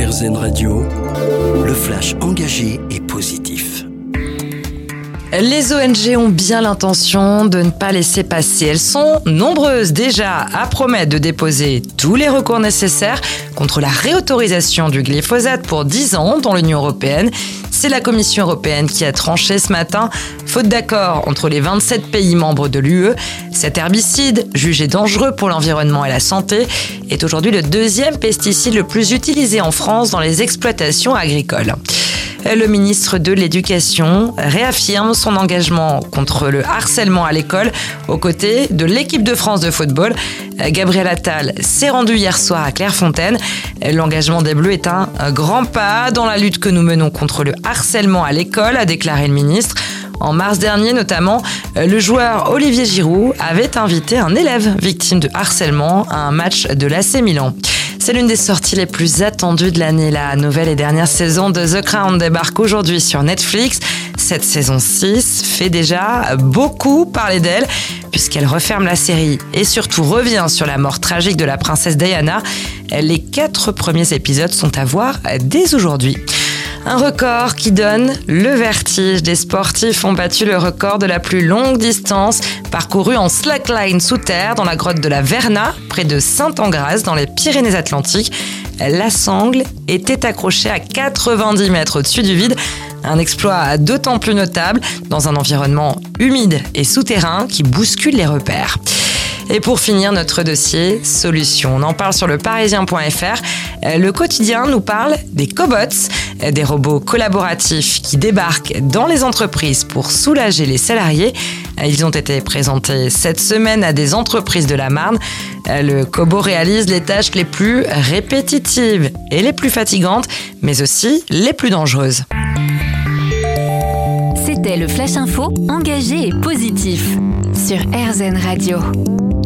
RZN Radio, le flash engagé et positif. Les ONG ont bien l'intention de ne pas laisser passer. Elles sont nombreuses déjà à promettre de déposer tous les recours nécessaires contre la réautorisation du glyphosate pour 10 ans dans l'Union européenne. C'est la Commission européenne qui a tranché ce matin. Faute d'accord entre les 27 pays membres de l'UE, cet herbicide, jugé dangereux pour l'environnement et la santé, est aujourd'hui le deuxième pesticide le plus utilisé en France dans les exploitations agricoles. Le ministre de l'Éducation réaffirme son engagement contre le harcèlement à l'école aux côtés de l'équipe de France de football. Gabriel Attal s'est rendu hier soir à Clairefontaine. L'engagement des Bleus est un grand pas dans la lutte que nous menons contre le harcèlement à l'école, a déclaré le ministre. En mars dernier, notamment, le joueur Olivier Giroud avait invité un élève victime de harcèlement à un match de l'AC Milan. C'est l'une des sorties les plus attendues de l'année. La nouvelle et dernière saison de The Crown débarque aujourd'hui sur Netflix. Cette saison 6 fait déjà beaucoup parler d'elle puisqu'elle referme la série et surtout revient sur la mort tragique de la princesse Diana. Les 4 premiers épisodes sont à voir dès aujourd'hui. Un record qui donne le vertige. Des sportifs ont battu le record de la plus longue distance parcourue en slackline sous terre dans la grotte de la Verna, près de Saint-Engrâce, dans les Pyrénées-Atlantiques. La sangle était accrochée à 90 mètres au-dessus du vide. Un exploit d'autant plus notable dans un environnement humide et souterrain qui bouscule les repères. Et pour finir notre dossier solutions, on en parle sur leparisien.fr. Le quotidien nous parle des cobots, des robots collaboratifs qui débarquent dans les entreprises pour soulager les salariés. Ils ont été présentés cette semaine à des entreprises de la Marne. Le cobot réalise les tâches les plus répétitives et les plus fatigantes, mais aussi les plus dangereuses. C'était le Flash Info, engagé et positif sur RZN Radio.